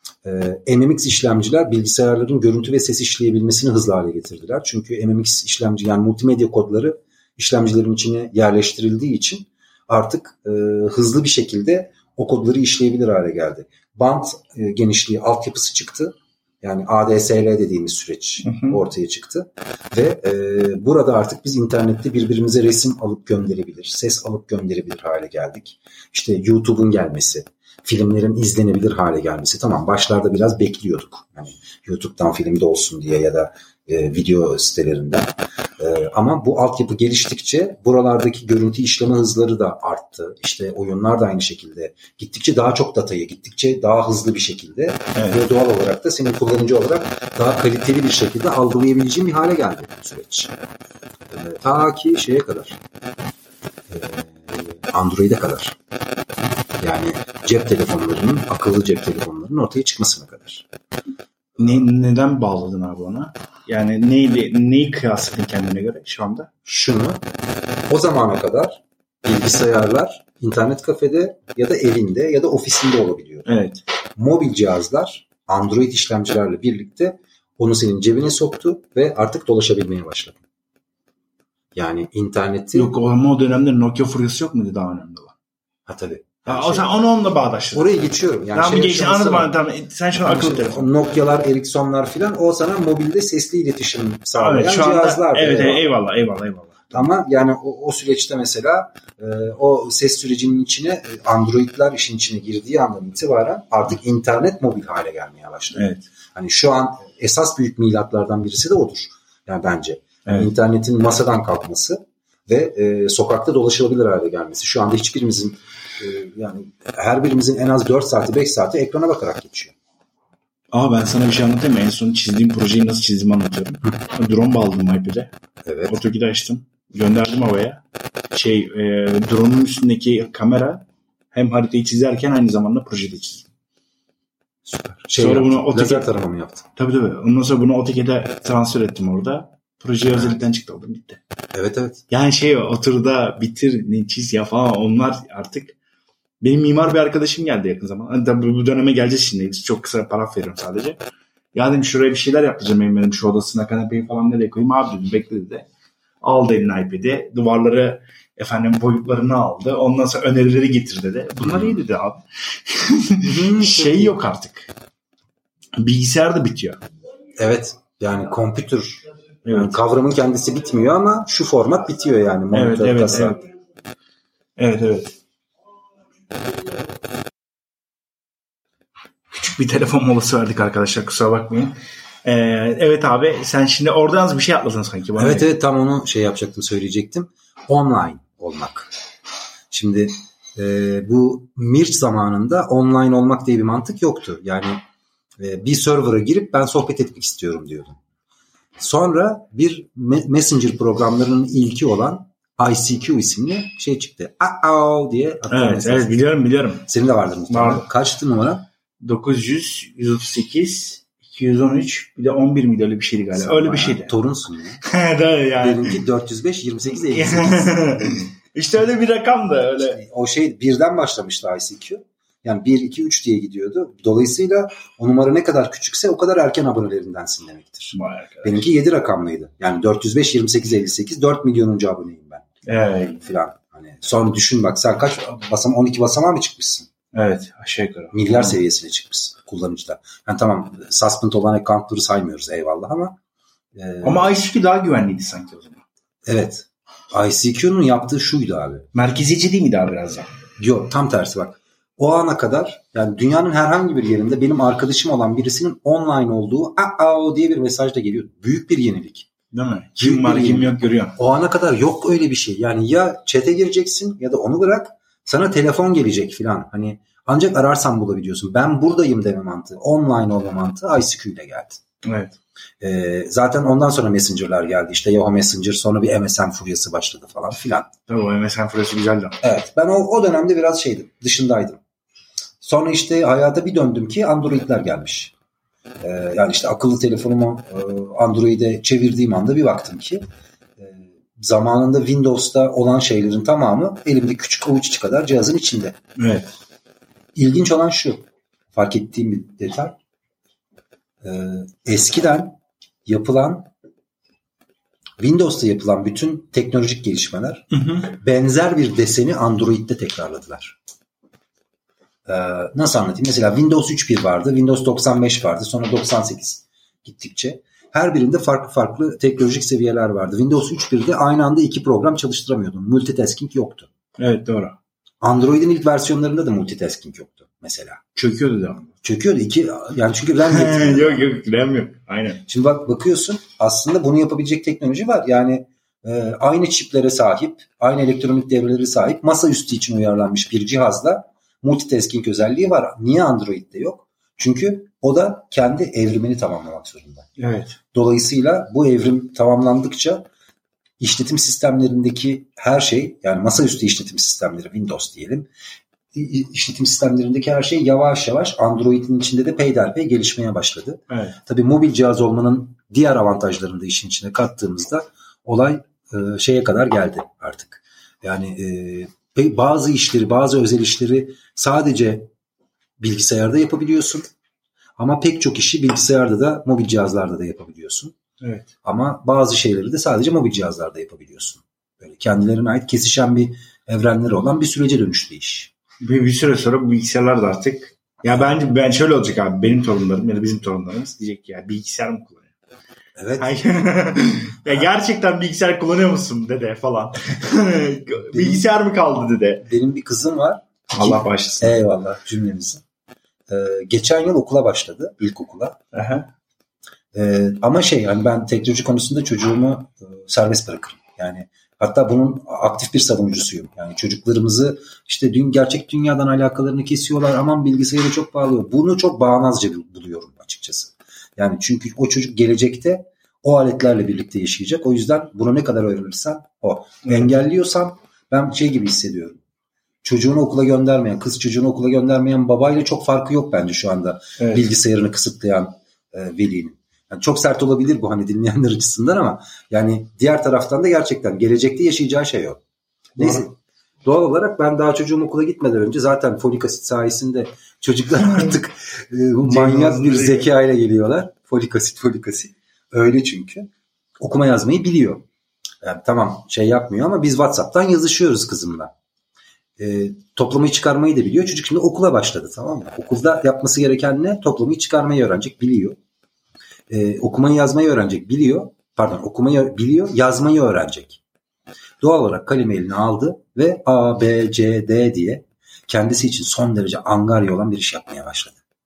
Speaker 2: MMX işlemciler bilgisayarların görüntü ve ses işleyebilmesini hızlı hale getirdiler. Çünkü MMX işlemci, yani multimedya kodları işlemcilerin içine yerleştirildiği için artık hızlı bir şekilde o kodları işleyebilir hale geldi. Bant genişliği altyapısı çıktı. Yani ADSL dediğimiz süreç ortaya çıktı. Ve burada artık biz internette birbirimize resim alıp gönderebilir, ses alıp gönderebilir hale geldik. İşte YouTube'un gelmesi, filmlerin izlenebilir hale gelmesi. Tamam, başlarda biraz bekliyorduk. Yani YouTube'dan filmde olsun diye ya da video sitelerinden. Ama bu altyapı geliştikçe buralardaki görüntü işleme hızları da arttı. İşte oyunlar da aynı şekilde. Gittikçe daha çok datayı, gittikçe daha hızlı bir şekilde ve doğal olarak da senin kullanıcı olarak daha kaliteli bir şekilde algılayabileceğin bir hale geldi bu süreç. Ta ki şeye kadar. Android'e kadar. Yani cep telefonlarının, akıllı cep telefonlarının ortaya çıkmasına kadar.
Speaker 1: Neden bağladın abi ona? Yani neyi kıyasladın kendine göre şu anda?
Speaker 2: Şunu, o zamana kadar bilgisayarlar internet kafede ya da evinde ya da ofisinde olabiliyor.
Speaker 1: Evet.
Speaker 2: Mobil cihazlar Android işlemcilerle birlikte onu senin cebine soktu ve artık dolaşabilmeye başladı. Yani interneti...
Speaker 1: Yok, o dönemde Nokia furyası yok muydu daha önemli olan?
Speaker 2: Ha tabii.
Speaker 1: O sen onu onunla bağdaştırdın.
Speaker 2: Oraya geçiyorum. Yani
Speaker 1: tamam, sen şu an akıllı telefon.
Speaker 2: Nokia'lar, Ericsson'lar filan, o sana mobilde sesli iletişim sağlayan cihazlar.
Speaker 1: Evet, eyvallah.
Speaker 2: Ama yani o süreçte mesela o ses sürecinin içine Android'ler işin içine girdiği andan itibaren artık internet mobil hale gelmeye başladı.
Speaker 1: Evet.
Speaker 2: Hani şu an esas büyük milatlardan birisi de odur. Yani bence. Yani internetin masadan kalkması ve sokakta dolaşılabilir hale gelmesi. Şu anda hiçbirimizin yani her birimizin en az 4 saati 5 saati ekrana bakarak geçiyor.
Speaker 1: Ben sana bir şey anlatayım mı? En son çizdiğim projeyi nasıl çizdiğimi anlatıyorum. Drone bağladım iPad'e.
Speaker 2: Evet.
Speaker 1: AutoCAD'i açtım. Gönderdim havaya. Drone'un üstündeki kamera hem haritayı çizerken aynı zamanda projede çizdim.
Speaker 2: Süper.
Speaker 1: Sonra bunu
Speaker 2: lazer tarama mı yaptın?
Speaker 1: Tabii. Ondan sonra bunu AutoCAD'e transfer ettim orada. Projeyi özellikten çıktı, aldım, bitti.
Speaker 2: Evet.
Speaker 1: Yani otur da bitir, ne çiz ya falan, onlar artık. Benim mimar bir arkadaşım geldi yakın zaman. Hani bu döneme geleceğiz şimdi. Biz çok kısa paraf veriyorum sadece. Ya dedim, şuraya bir şeyler yapacağım benim şu odasına, kanepeyi falan nereye koyayım abi dedim, bekle dedi. Aldı eline iPad'i, duvarları boyutlarını aldı. Ondan sonra önerileri getir dedi. Bunlar iyi dedi abi. Yok artık. Bilgisayar da bitiyor.
Speaker 2: Evet. Yani computer yani kavramın kendisi bitmiyor ama şu format bitiyor yani.
Speaker 1: Evet. Bir telefon molası verdik arkadaşlar, kusura bakmayın. Evet abi, sen şimdi oradan bir şey atladın sanki bana.
Speaker 2: Evet tam onu yapacaktım, söyleyecektim. Online olmak. Şimdi bu Mirç zamanında online olmak diye bir mantık yoktu. Yani bir server'a girip ben sohbet etmek istiyorum diyordum. Sonra bir Messenger programlarının ilki olan ICQ isimli şey çıktı. Diye.
Speaker 1: Evet biliyorum.
Speaker 2: Senin de vardır muhtemelen. Kaçtı numara?
Speaker 1: 900, 138, 213, bir de 11 miydi, öyle bir şeydi galiba.
Speaker 2: Sen
Speaker 1: öyle bir şeydi.
Speaker 2: Torunsun ya.
Speaker 1: Yani.
Speaker 2: Benimki 405, 28, 58.
Speaker 1: İşte öyle bir rakam da öyle. İşte
Speaker 2: o birden başlamıştı ICQ. Yani 1, 2, 3 diye gidiyordu. Dolayısıyla o numara ne kadar küçükse o kadar erken abonelerindensin demektir. Benimki 7 rakamlıydı. Yani 405, 28, 58, 4 milyonuncu aboneyim ben.
Speaker 1: Evet.
Speaker 2: Falan. Hani sonra düşün bak, sen kaç basamağa, 12 basamağa mı çıkmışsın?
Speaker 1: Evet, aşağı yukarı.
Speaker 2: Milyar seviyesine çıkmışsın kullanıcıda. Yani tamam, suspend olan account'ları saymıyoruz eyvallah ama
Speaker 1: ama ICQ daha güvenliydi sanki o zaman.
Speaker 2: Evet. ICQ'nun yaptığı şuydu abi.
Speaker 1: Merkezici değil mi daha biraz da?
Speaker 2: Yok, tam tersi bak. O ana kadar yani dünyanın herhangi bir yerinde benim arkadaşım olan birisinin online olduğu diye bir mesaj da geliyor. Büyük bir yenilik.
Speaker 1: Değil mi? Kim var kim yok görüyor.
Speaker 2: O ana kadar yok öyle bir şey. Yani ya chat'e gireceksin ya da onu bırak, sana telefon gelecek filan. Hani ancak ararsan bulabiliyorsun. Ben buradayım deme mantığı, online olma mantığı ICQ ile geldi.
Speaker 1: Evet.
Speaker 2: Zaten ondan sonra Messenger'lar geldi. İşte Yahoo Messenger, sonra bir MSN furyası başladı falan filan.
Speaker 1: Tabii o MSN furyası güzeldi.
Speaker 2: Evet. Ben o dönemde biraz dışındaydım. Sonra işte hayata bir döndüm ki Android'ler gelmiş. Yani işte akıllı telefonumu Android'e çevirdiğim anda bir baktım ki zamanında Windows'ta olan şeylerin tamamı elimde küçük avuç içi kadar cihazın içinde.
Speaker 1: Evet.
Speaker 2: İlginç olan şu, fark ettiğim bir detay. Eskiden Windows'ta yapılan bütün teknolojik gelişmeler benzer bir deseni Android'de tekrarladılar. Nasıl anlatayım? Mesela Windows 3.1 vardı, Windows 95 vardı, sonra 98 gittikçe. Her birinde farklı teknolojik seviyeler vardı. Windows 3.1'de aynı anda 2 program çalıştıramıyordun. Multitasking yoktu.
Speaker 1: Evet, doğru.
Speaker 2: Android'in ilk versiyonlarında da multitasking yoktu mesela.
Speaker 1: Çöküyordu da.
Speaker 2: Çöküyordu. Yani çünkü RAM yetmiyor.
Speaker 1: Yok RAM yok. Aynen.
Speaker 2: Şimdi bakıyorsun, aslında bunu yapabilecek teknoloji var. Yani aynı çiplere sahip, aynı elektronik devreleri sahip, masaüstü için uyarlanmış bir cihazla multitasking özelliği var. Niye Android'de yok? Çünkü o da kendi evrimini tamamlamak zorunda.
Speaker 1: Evet.
Speaker 2: Dolayısıyla bu evrim tamamlandıkça işletim sistemlerindeki her şey, yani masaüstü işletim sistemleri, Windows diyelim, işletim sistemlerindeki her şey yavaş yavaş Android'in içinde de peyderpey gelişmeye başladı.
Speaker 1: Evet.
Speaker 2: Tabii mobil cihaz olmanın diğer avantajlarını da işin içine kattığımızda olay şeye kadar geldi artık. Yani bazı işleri, bazı özel işleri sadece bilgisayarda yapabiliyorsun. Ama pek çok işi bilgisayarda da, mobil cihazlarda da yapabiliyorsun.
Speaker 1: Evet.
Speaker 2: Ama bazı şeyleri de sadece mobil cihazlarda yapabiliyorsun. Böyle kendilerine ait kesişen bir evrenleri olan bir sürece dönüştü iş.
Speaker 1: Bir süre sonra bu bilgisayarlar da artık, ya bence ben şöyle olacak abi, benim torunlarım ya da bizim torunlarımız diyecek ya, bilgisayar mı kullanıyor?
Speaker 2: Evet.
Speaker 1: Ya gerçekten bilgisayar kullanıyor musun dede falan. Bilgisayar mı kaldı dede?
Speaker 2: Benim bir kızım var.
Speaker 1: Allah bağışlasın.
Speaker 2: Eyvallah cümlemizi. Geçen yıl okula başladı. İlkokula. Ama hani ben teknoloji konusunda çocuğumu serbest bırakırım. Yani hatta bunun aktif bir savunucusuyum. Yani çocuklarımızı işte gerçek dünyadan alakalarını kesiyorlar. Aman bilgisayara çok bağlıyor. Bunu çok bağnazca buluyorum açıkçası. Yani çünkü o çocuk gelecekte o aletlerle birlikte yaşayacak. O yüzden bunu ne kadar öğrenirsen o. Engelliyorsan ben gibi hissediyorum. Çocuğunu okula göndermeyen, kız çocuğunu okula göndermeyen babayla çok farkı yok bence şu anda. Evet. Bilgisayarını kısıtlayan velinin. Yani çok sert olabilir bu hani dinleyenler açısından ama yani diğer taraftan da gerçekten gelecekte yaşayacağı şey o. Neyse. Doğal olarak ben daha çocuğum okula gitmeden önce zaten folik asit sayesinde çocuklar artık manyak bir zeka ile geliyorlar. Folik asit. Öyle çünkü. Okuma yazmayı biliyor. Yani tamam yapmıyor ama biz WhatsApp'tan yazışıyoruz kızımla. Toplamayı çıkarmayı da biliyor. Çocuk şimdi okula başladı, tamam mı? Okulda yapması gereken ne? Toplamayı çıkarmayı öğrenecek, biliyor. Okumayı yazmayı öğrenecek, biliyor. Okumayı biliyor, yazmayı öğrenecek. Doğal olarak kalemi eline aldı ve A, B, C, D diye kendisi için son derece angarya olan bir iş yapmaya başladı.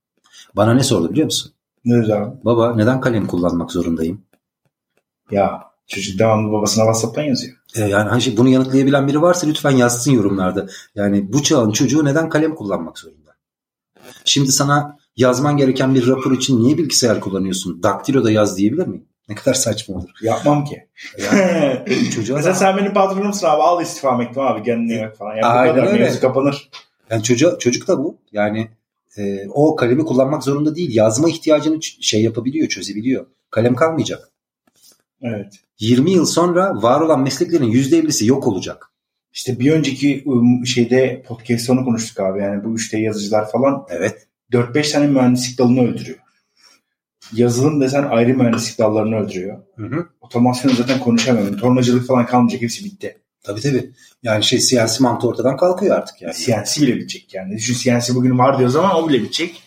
Speaker 2: Bana ne sordu biliyor musun?
Speaker 1: Ne abi?
Speaker 2: Baba neden kalem kullanmak zorundayım?
Speaker 1: Ya çocuk devamlı babasına WhatsApp'tan yazıyor.
Speaker 2: Yani bunu yanıtlayabilen biri varsa lütfen yazsın yorumlarda. Yani bu çağın çocuğu neden kalem kullanmak zorunda? Şimdi sana yazman gereken bir rapor için niye bilgisayar kullanıyorsun? Daktilo'da yaz diyebilir miyim? Ne kadar saçma olur.
Speaker 1: Yapmam ki.
Speaker 2: Yani, mesela
Speaker 1: sen benim patronumsun abi, al istifa mektubu abi, kendine yemek falan. Ya
Speaker 2: aynen
Speaker 1: bu kadar
Speaker 2: öyle.
Speaker 1: mevzu kapanır.
Speaker 2: Yani çocuk da bu. Yani o kalemi kullanmak zorunda değil. Yazma ihtiyacını yapabiliyor, çözebiliyor. Kalem kalmayacak.
Speaker 1: Evet.
Speaker 2: 20 yıl sonra var olan mesleklerin %50'si yok olacak.
Speaker 1: İşte bir önceki podcast'ta onu konuştuk abi. Yani bu 3D yazıcılar falan.
Speaker 2: Evet.
Speaker 1: 4-5 tane mühendislik dalını öldürüyor. Yazılım desen ayrı mühendislik dallarını öldürüyor.
Speaker 2: Hı.
Speaker 1: Otomasyon zaten konuşamıyorum. Tornacılık falan kalmayacak. Hepsi bitti.
Speaker 2: Tabii. Yani CNC mantığı ortadan kalkıyor artık yani.
Speaker 1: CNC bile bitecek yani. Düşün, CNC bugün var diyor zaman o bile bitecek.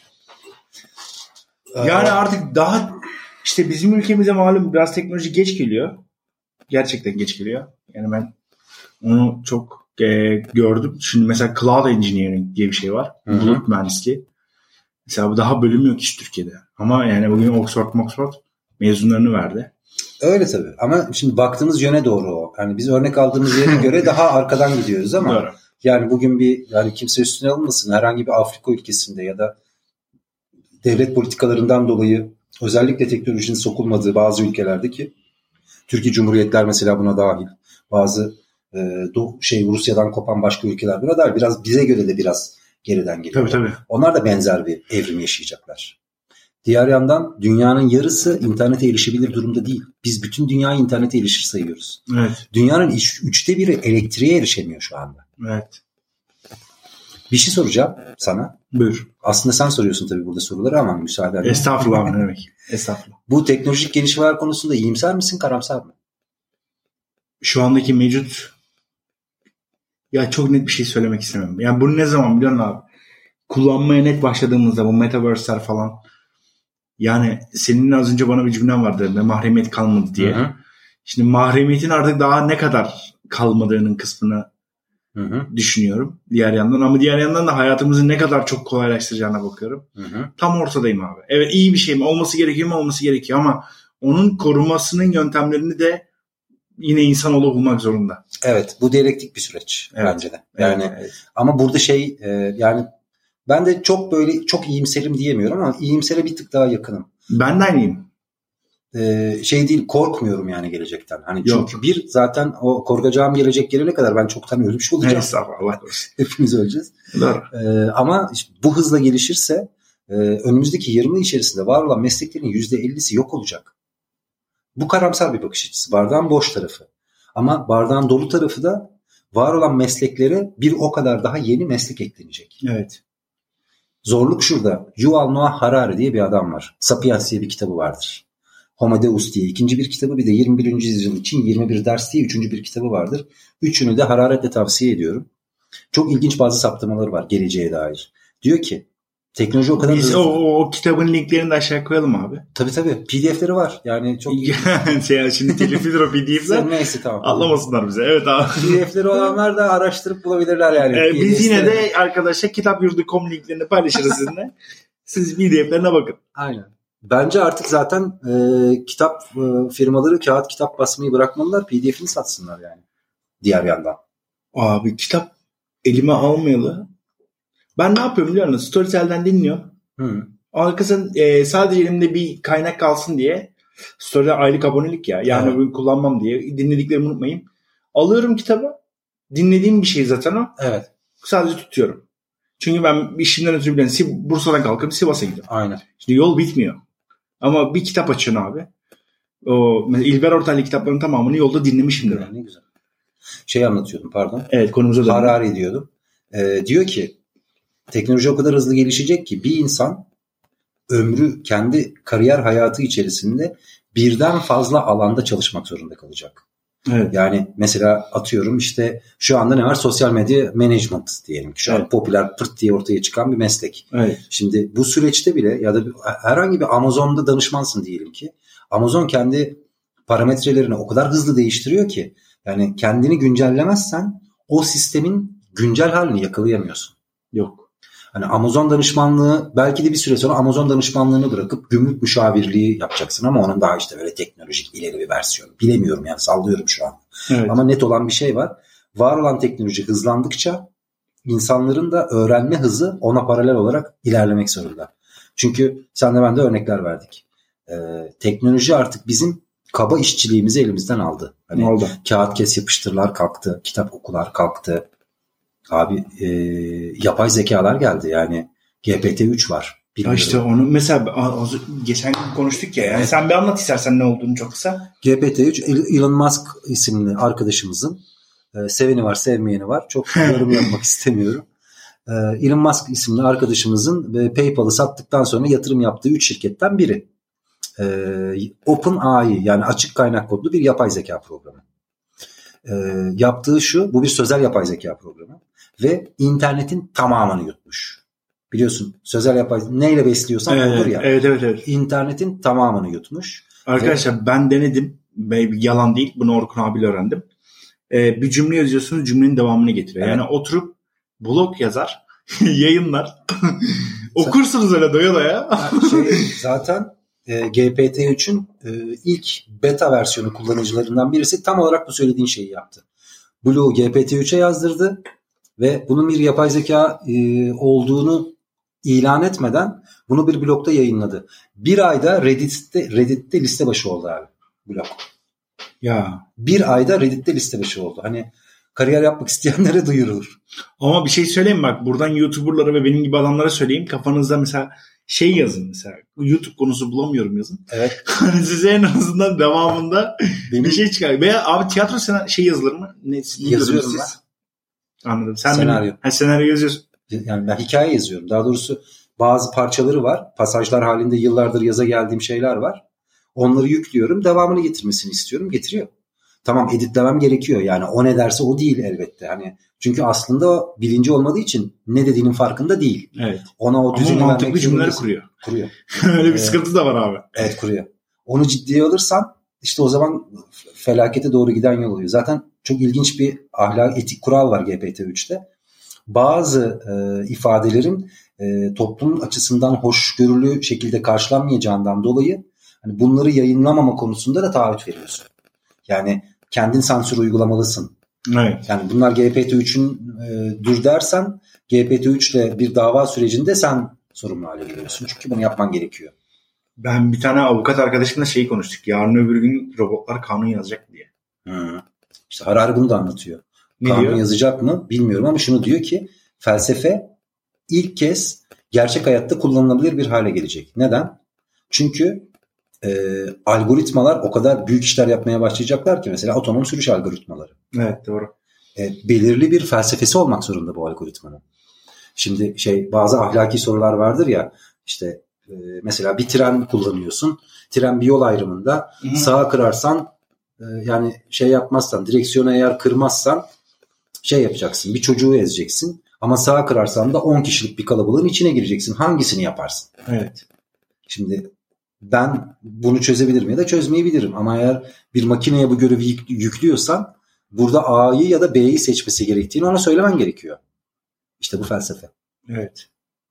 Speaker 1: Yani artık daha işte bizim ülkemize malum biraz teknoloji geç geliyor. Gerçekten geç geliyor. Yani ben onu çok gördüm. Şimdi mesela Cloud Engineering diye bir şey var. Bulut mühendisliği. Mesela bu daha bölüm yok hiç Türkiye'de. Ama yani bugün Oxford mezunlarını verdi.
Speaker 2: Öyle tabii. Ama şimdi baktığımız yöne doğru o. Yani biz örnek aldığımız yere göre daha arkadan gidiyoruz ama
Speaker 1: doğru.
Speaker 2: Yani bugün yani kimse üstüne alınmasın. Herhangi bir Afrika ülkesinde ya da devlet politikalarından dolayı özellikle teknolojinin sokulmadığı bazı ülkelerde, ki Türkiye Cumhuriyetler mesela buna dahil, bazı Rusya'dan kopan başka ülkeler buna dahil, biraz bize göre de biraz geriden geliyor.
Speaker 1: Tabii.
Speaker 2: Onlar da benzer bir evrim yaşayacaklar. Diğer yandan dünyanın yarısı internete erişebilir durumda değil. Biz bütün dünyayı internete erişir sayıyoruz.
Speaker 1: Evet.
Speaker 2: Dünyanın 1/3 elektriğe erişemiyor şu anda.
Speaker 1: Evet.
Speaker 2: Bir şey soracağım sana.
Speaker 1: Buyur.
Speaker 2: Aslında sen soruyorsun tabii burada soruları ama müsaadenle.
Speaker 1: Estağfurullah ne demek. Estağfurullah.
Speaker 2: Bu teknolojik gelişmeler konusunda iyimser misin, karamsar mı?
Speaker 1: Şu andaki mevcut, ya çok net bir şey söylemek istemem. Yani bunu ne zaman biliyorsun abi? Kullanmaya net başladığımızda bu metaverse'ler falan. Yani senin az önce bana bir cümlen vardı. Mahremiyet kalmadı diye. Hı-hı. Şimdi mahremiyetin artık daha ne kadar kalmadığının kısmını düşünüyorum. Diğer yandan, ama diğer yandan da hayatımızı ne kadar çok kolaylaştıracağına bakıyorum. Tam ortadayım abi. Evet, iyi bir şey mi? Olması gerekiyor mu? Olması gerekiyor ama onun korunmasının yöntemlerini de yine insanoğlu bulmak zorunda.
Speaker 2: Evet, bu diyalektik bir süreç bence de. Yani
Speaker 1: evet.
Speaker 2: Ama burada yani ben de çok iyimserim diyemiyorum ama iyimsere bir tık daha yakınım.
Speaker 1: Ben de aynıyım.
Speaker 2: Değil, korkmuyorum yani gelecekten. Hani çünkü bir zaten o korkacağım gelecek gelene kadar ben çoktan ölmüş olacağım.
Speaker 1: Estağfurullah.
Speaker 2: Hepimiz öleceğiz. Ama işte bu hızla gelişirse önümüzdeki 20 yıl içerisinde var olan mesleklerin %50'si yok olacak. Bu karamsar bir bakış açısı. Bardağın boş tarafı. Ama bardağın dolu tarafı da var olan mesleklere bir o kadar daha yeni meslek eklenecek.
Speaker 1: Evet.
Speaker 2: Zorluk şurada. Yuval Noah Harari diye bir adam var. Sapiens diye bir kitabı vardır. Homo Deus diye ikinci bir kitabı, bir de 21. yüzyıl için 21 ders diye üçüncü bir kitabı vardır. Üçünü de hararetle tavsiye ediyorum. Çok ilginç bazı saptamaları var geleceğe dair. Diyor ki teknoloji o kadar...
Speaker 1: Biz o kitabın linklerini de aşağı koyalım abi.
Speaker 2: Tabii. PDF'leri var. Yani çok...
Speaker 1: Şimdi teliflidir o PDF'ler.
Speaker 2: Neyse tamam.
Speaker 1: Anlamasınlar bize. Evet abi.
Speaker 2: PDF'leri olanlar da araştırıp bulabilirler yani.
Speaker 1: Biz yine de arkadaşlar kitapyurdu.com linklerini paylaşırız sizinle. Siz PDF'lerine bakın.
Speaker 2: Aynen. Bence artık zaten kitap firmaları kağıt kitap basmayı bırakmalılar. PDF'ini satsınlar yani. Diğer yandan.
Speaker 1: Abi kitap elime almayalı. Ben ne yapıyorum biliyor musun? Storytel'den dinliyorum. Arkasından sadece elimde bir kaynak kalsın diye. Storytel aylık abonelik ya. Yani bugün kullanmam diye. Dinlediklerimi unutmayayım. Alıyorum kitabı. Dinlediğim bir şey zaten o.
Speaker 2: Evet.
Speaker 1: Sadece tutuyorum. Çünkü ben işimden ötürü bilen Bursa'dan kalkıp Sivas'a gidiyorum.
Speaker 2: Aynen.
Speaker 1: Şimdi yol bitmiyor. Ama bir kitap açıyorsun abi. İlber Ortaylı kitaplarının tamamını yolda dinlemişimdir.
Speaker 2: Ne güzel. Anlatıyordum pardon.
Speaker 1: Evet, konumuza dönelim.
Speaker 2: Harari diyordum. Diyor ki teknoloji o kadar hızlı gelişecek ki bir insan ömrü, kendi kariyer hayatı içerisinde birden fazla alanda çalışmak zorunda kalacak.
Speaker 1: Evet.
Speaker 2: Yani mesela atıyorum işte şu anda ne var? Sosyal medya management diyelim ki. Şu an popüler pırt diye ortaya çıkan bir meslek.
Speaker 1: Evet.
Speaker 2: Şimdi bu süreçte bile ya da herhangi bir Amazon'da danışmansın diyelim ki. Amazon kendi parametrelerini o kadar hızlı değiştiriyor ki yani kendini güncellemezsen o sistemin güncel halini yakalayamıyorsun.
Speaker 1: Yok.
Speaker 2: Hani Amazon danışmanlığı, belki de bir süre sonra Amazon danışmanlığını bırakıp gümrük müşavirliği yapacaksın ama onun daha işte böyle teknolojik ileri bir versiyonu. Bilemiyorum yani, sallıyorum şu an. Evet. Ama net olan bir şey var. Var olan teknoloji hızlandıkça insanların da öğrenme hızı ona paralel olarak ilerlemek zorunda. Çünkü sen de ben de örnekler verdik. Teknoloji artık bizim kaba işçiliğimizi elimizden aldı. Hani oldu. Kağıt kes yapıştırlar kalktı, kitap okular kalktı. Abi yapay zekalar geldi, yani GPT-3 var.
Speaker 1: Ya işte onu mesela geçen gün konuştuk ya. Yani sen bir anlat istersen ne olduğunu çok kısa.
Speaker 2: GPT-3 Elon Musk isimli arkadaşımızın, seveni var sevmeyeni var. Çok yorum yapmak istemiyorum. Elon Musk isimli arkadaşımızın PayPal'ı sattıktan sonra yatırım yaptığı 3 şirketten biri. OpenAI, yani açık kaynak kodlu bir yapay zeka programı. Yaptığı şu, bu bir sözel yapay zeka programı ve internetin tamamını yutmuş. Biliyorsun sözel yapay neyle besliyorsan olur ya.
Speaker 1: Evet.
Speaker 2: İnternetin tamamını yutmuş.
Speaker 1: Arkadaşlar ben denedim. Yalan değil. Bunu Orkun abiyle öğrendim. Bir cümle yazıyorsunuz, cümlenin devamını getiriyor. Evet. Yani oturup blog yazar, yayınlar. Okursunuz öyle doya doya.
Speaker 2: Zaten GPT-3'ün ilk beta versiyonu kullanıcılarından birisi tam olarak bu söylediğin şeyi yaptı. Blue GPT-3'e yazdırdı ve bunun bir yapay zeka olduğunu ilan etmeden bunu bir blogda yayınladı. Bir ayda Reddit'te liste başı oldu abi blog.
Speaker 1: Ya.
Speaker 2: Bir ayda Reddit'te liste başı oldu. Hani kariyer yapmak isteyenlere duyurulur.
Speaker 1: Ama bir şey söyleyeyim bak, buradan YouTuber'lara ve benim gibi adamlara söyleyeyim. Kafanızda mesela şey yazın mesela. YouTube konusu bulamıyorum yazın.
Speaker 2: Evet.
Speaker 1: Hani size en azından devamında bir şey çıkar. Veya abi tiyatro şey yazılır mı?
Speaker 2: Yazıyorum ben.
Speaker 1: Anladım. Sen
Speaker 2: senaryo.
Speaker 1: Senaryo yazıyorsun.
Speaker 2: Yani ben hikaye yazıyorum. Daha doğrusu bazı parçaları var. Pasajlar halinde yıllardır yaza geldiğim şeyler var. Onları yüklüyorum. Devamını getirmesini istiyorum. Getiriyor. Tamam, editlemem gerekiyor. Yani o ne derse o değil elbette. Hani çünkü aslında bilinci olmadığı için ne dediğinin farkında değil.
Speaker 1: Evet.
Speaker 2: Ona o düzeni
Speaker 1: vermek mantıklı cümleleri kuruyor. Öyle bir sıkıntı da var abi.
Speaker 2: Evet, kuruyor. Onu ciddiye alırsan işte o zaman felakete doğru giden yol oluyor. Zaten çok ilginç bir ahlak etik kural var GPT-3'te. Bazı ifadelerin toplum açısından hoşgörülü şekilde karşılanmayacağından dolayı hani bunları yayınlamama konusunda da taahhüt veriyorsun. Yani kendin sansür uygulamalısın.
Speaker 1: Evet.
Speaker 2: Yani bunlar GPT-3'ün dur dersen GPT-3 ile bir dava sürecinde sen sorumlu hale geliyorsun. Çünkü bunu yapman gerekiyor.
Speaker 1: Ben bir tane avukat arkadaşımla şeyi konuştuk. Yarın öbür gün robotlar kanun yazacak diye.
Speaker 2: İşte Harari bunu da anlatıyor.
Speaker 1: Ne
Speaker 2: kanun
Speaker 1: diyor?
Speaker 2: Yazacak mı bilmiyorum ama şunu diyor ki felsefe ilk kez gerçek hayatta kullanılabilir bir hale gelecek. Neden? Çünkü algoritmalar o kadar büyük işler yapmaya başlayacaklar ki, mesela otonom sürüş algoritmaları.
Speaker 1: Evet, doğru.
Speaker 2: Belirli bir felsefesi olmak zorunda bu algoritmanın. Şimdi bazı ahlaki sorular vardır ya, işte mesela bir tren kullanıyorsun. Tren bir yol ayrımında sağa kırarsan yani yapmazsan, direksiyonu eğer kırmazsan yapacaksın, bir çocuğu ezeceksin. Ama sağa kırarsan da 10 kişilik bir kalabalığın içine gireceksin. Hangisini yaparsın?
Speaker 1: Evet.
Speaker 2: Şimdi ben bunu çözebilirim ya da çözmeyebilirim. Ama eğer bir makineye bu görevi yüklüyorsan burada A'yı ya da B'yi seçmesi gerektiğini ona söylemen gerekiyor. İşte bu felsefe.
Speaker 1: Evet.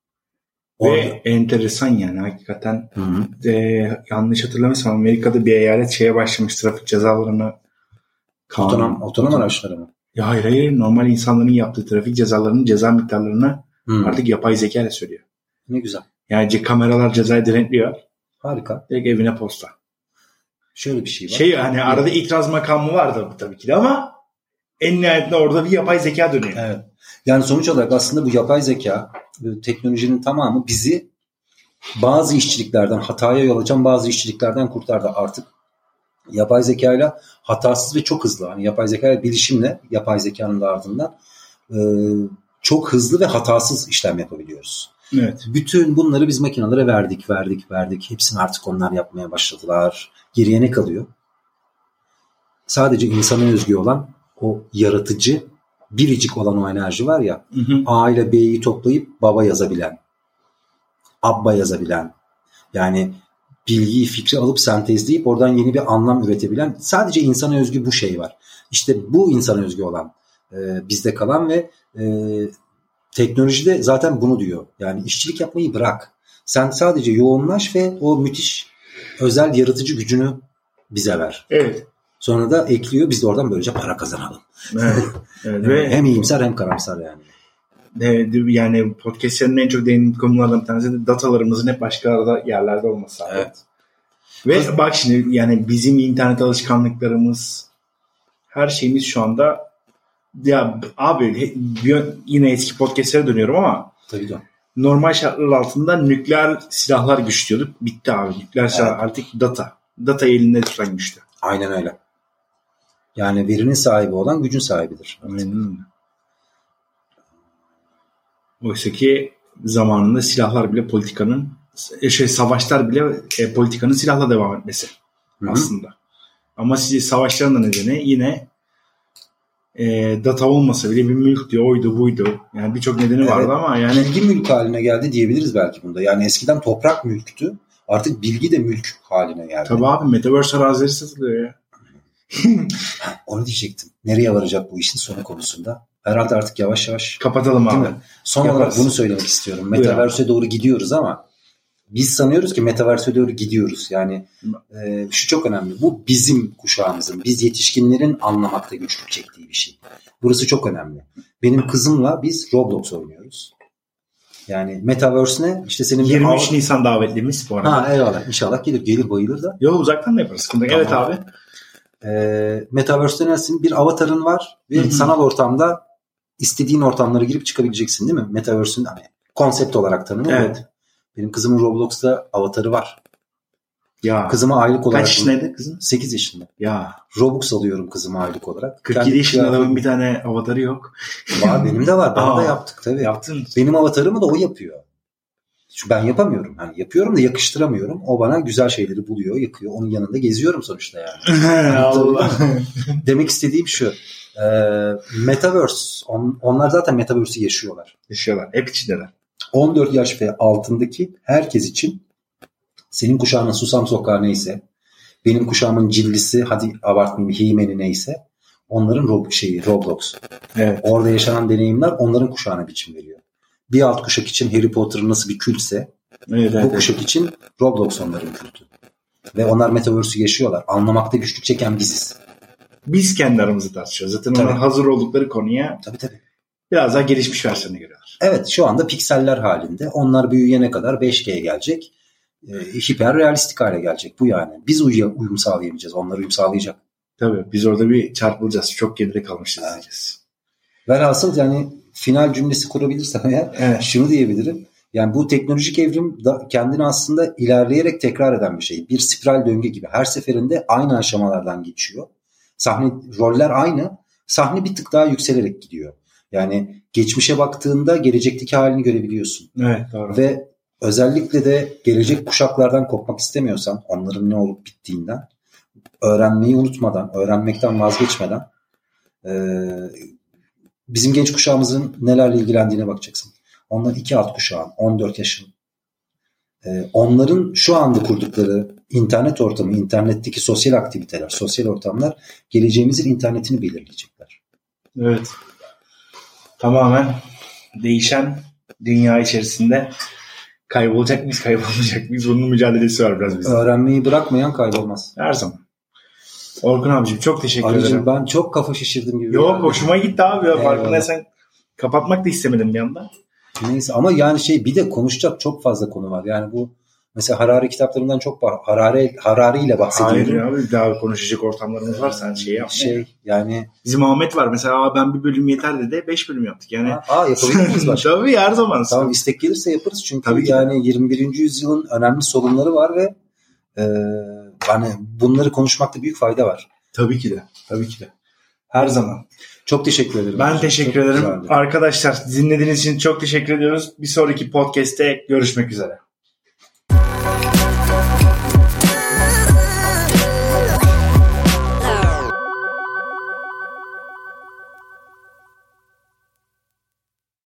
Speaker 1: Ve enteresan yani hakikaten. Yanlış hatırlamıyorsam Amerika'da bir eyalet başlamış, trafik cezalarını
Speaker 2: otonom araçları mı?
Speaker 1: Ya hayır, normal insanların yaptığı trafik cezalarının ceza miktarlarını artık yapay zeka ile söylüyor.
Speaker 2: Ne güzel.
Speaker 1: Yani kameralar cezayı denetliyor.
Speaker 2: Harika.
Speaker 1: Direkt evine posta.
Speaker 2: Şöyle bir şey var.
Speaker 1: Hani arada itiraz makamı vardı tabii ki de ama en nihayetinde orada bir yapay zeka dönüyor.
Speaker 2: Evet. Yani sonuç olarak aslında bu yapay zeka, teknolojinin tamamı bizi bazı işçiliklerden, hataya yol açan bazı işçiliklerden kurtardı. Artık yapay zekayla hatasız ve çok hızlı. Hani yapay zekayla bilişimle yapay zekanın da ardından çok hızlı ve hatasız işlem yapabiliyoruz.
Speaker 1: Evet.
Speaker 2: Bütün bunları biz makinelere verdik. Hepsini artık onlar yapmaya başladılar. Geriye ne kalıyor? Sadece insana özgü olan o yaratıcı, biricik olan o enerji var ya. A ile B'yi toplayıp baba yazabilen, abba yazabilen, yani bilgiyi, fikri alıp sentezleyip oradan yeni bir anlam üretebilen sadece insana özgü bu şey var. İşte bu insana özgü olan bizde kalan ve Teknolojide zaten bunu diyor. Yani işçilik yapmayı bırak. Sen sadece yoğunlaş ve o müthiş özel yaratıcı gücünü bize ver.
Speaker 1: Evet.
Speaker 2: Sonra da ekliyor. Biz de oradan böylece para kazanalım.
Speaker 1: Evet. Evet. Ve
Speaker 2: hem iyimser hem karamsar yani.
Speaker 1: Yani podcast'lerin en çok değindiğim konulardan bir tanesi de datalarımızın hep başka yerlerde olması.
Speaker 2: Evet.
Speaker 1: Ve bak şimdi yani bizim internet alışkanlıklarımız, her şeyimiz şu anda, ya abi yine eski podcast'lere dönüyorum ama
Speaker 2: tabii de.
Speaker 1: Normal şartlar altında nükleer silahlar güçlüyorduk. Bitti abi. Nükleer silahlar artık data. Data elinde tutan güçlü.
Speaker 2: Aynen öyle. Yani verinin sahibi olan gücün sahibidir.
Speaker 1: Aynen. Oysa ki zamanında silahlar bile politikanın savaşlar bile politikanın silahla devam etmesi. Hı-hı. Aslında. Ama savaşların da nedeni yine data olmasa bile bir mülk diyor, oydu buydu. Yani birçok nedeni vardı ama yani.
Speaker 2: Bilgi mülk haline geldi diyebiliriz belki bunda. Yani eskiden toprak mülktü. Artık bilgi de mülk haline geldi.
Speaker 1: Tabii abi, Metaverse arazileri satılıyor ya.
Speaker 2: Onu diyecektim. Nereye varacak bu işin sonu konusunda? Herhalde artık yavaş yavaş.
Speaker 1: Kapatalım abi.
Speaker 2: Son olarak bunu söylemek istiyorum. Metaverse'e doğru gidiyoruz ama biz sanıyoruz ki Metaverse'e doğru gidiyoruz. Yani şu çok önemli. Bu bizim kuşağımızın, biz yetişkinlerin anlamakta güçlük çektiği bir şey. Burası çok önemli. Benim kızımla biz Roblox oynuyoruz. Yani Metaverse ne? İşte senin
Speaker 1: 23 Nisan davetlimiz bu arada.
Speaker 2: Ha eyvallah. İnşallah gelir bayılır da.
Speaker 1: Yok, uzaktan da yaparız. Tamam. Evet abi.
Speaker 2: Metaverse'de nesin? Bir avatarın var ve sanal ortamda istediğin ortamlara girip çıkabileceksin değil mi? Metaverse'ün hani konsept olarak tanımı.
Speaker 1: Evet.
Speaker 2: Benim kızımın Roblox'ta avatarı var.
Speaker 1: Ya.
Speaker 2: Kızıma aylık olarak.
Speaker 1: Kaç yaşındaydı kızın?
Speaker 2: 8 yaşında.
Speaker 1: Ya.
Speaker 2: Robux alıyorum kızıma aylık olarak.
Speaker 1: 47 yaşında adamın bir tane avatarı yok.
Speaker 2: Var, benim de var. Bana da yaptık tabii.
Speaker 1: Yaptın.
Speaker 2: Benim avatarımı da o yapıyor. Ben yapamıyorum. Hani yapıyorum da yakıştıramıyorum. O bana güzel şeyleri buluyor, yakıyor. Onun yanında geziyorum sonuçta yani.
Speaker 1: Allah.
Speaker 2: Demek istediğim şu. Metaverse. Onlar zaten Metaverse'ü yaşıyorlar.
Speaker 1: Yaşıyorlar. Hep içindeler.
Speaker 2: 14 yaş ve altındaki herkes için senin kuşağının Susam Sokağı neyse, benim kuşağımın Cillisi, hadi abartmayayım, He-Man'i neyse, onların Roblox.
Speaker 1: Evet.
Speaker 2: Orada yaşanan deneyimler onların kuşağına biçim veriyor. Bir alt kuşak için Harry Potter nasıl bir kültse, bu kuşak için Roblox onların kültü. Ve onlar Metaverse'ü yaşıyorlar. Anlamakta güçlük çeken biziz.
Speaker 1: Biz kendi aramızda tartışıyoruz. Zaten onlar hazır oldukları konuya
Speaker 2: tabii.
Speaker 1: Biraz daha gelişmiş versiyonu görüyorlar.
Speaker 2: Evet, şu anda pikseller halinde. Onlar büyüyene kadar 5G'ye gelecek. Hiper realistik hale gelecek. Bu yani. Biz uyum sağlayamayacağız. Onlar uyum sağlayacak.
Speaker 1: Tabii. Biz orada bir çarpılacağız. Çok geride kalmışız diyeceğiz.
Speaker 2: Velhasıl yani final cümlesi kurabilirsem eğer şunu diyebilirim. Yani bu teknolojik evrim kendini aslında ilerleyerek tekrar eden bir şey. Bir spiral döngü gibi. Her seferinde aynı aşamalardan geçiyor. Roller aynı. Sahne bir tık daha yükselerek gidiyor. Yani geçmişe baktığında gelecekteki halini görebiliyorsun.
Speaker 1: Evet, doğru.
Speaker 2: Ve özellikle de gelecek kuşaklardan kopmak istemiyorsan, onların ne olup bittiğinden, öğrenmeyi unutmadan, öğrenmekten vazgeçmeden bizim genç kuşağımızın nelerle ilgilendiğine bakacaksın. Onlar 2 alt kuşağın, 14 yaşın. Onların şu anda kurdukları internet ortamı, internetteki sosyal aktiviteler, sosyal ortamlar geleceğimizin internetini belirleyecekler.
Speaker 1: Evet. Tamamen değişen dünya içerisinde kaybolacak mıyız, kaybolmayacak mıyız? Bunun mücadelesi var biraz bizde.
Speaker 2: Öğrenmeyi bırakmayan kaybolmaz.
Speaker 1: Her zaman. Orkun abicim çok teşekkür ederim.
Speaker 2: Ben çok kafa şişirdim gibi.
Speaker 1: Yok yani. Hoşuma gitti abi. Ya. Farkındaysan kapatmak da istemedim bir anda.
Speaker 2: Neyse ama yani bir de konuşacak çok fazla konu var. Yani bu mesela Harari kitaplarından çok Harari ile bahsediyorum.
Speaker 1: Hayır abi, daha konuşacak ortamlarımız var, sen
Speaker 2: yani
Speaker 1: bizim Ahmet var mesela, ben bir bölüm yeter dedi, 5 bölüm yaptık yani.
Speaker 2: Yapabilir miyiz başka?
Speaker 1: Tabii, her zaman.
Speaker 2: Tamam, istek gelirse yaparız çünkü tabii yani 21. yüzyılın önemli sorunları var ve hani bunları konuşmakta büyük fayda var.
Speaker 1: Tabii ki de. Her zaman.
Speaker 2: Çok teşekkür ederim.
Speaker 1: Ben teşekkür ederim. Arkadaşlar dinlediğiniz için çok teşekkür ediyoruz. Bir sonraki podcast'te görüşmek üzere.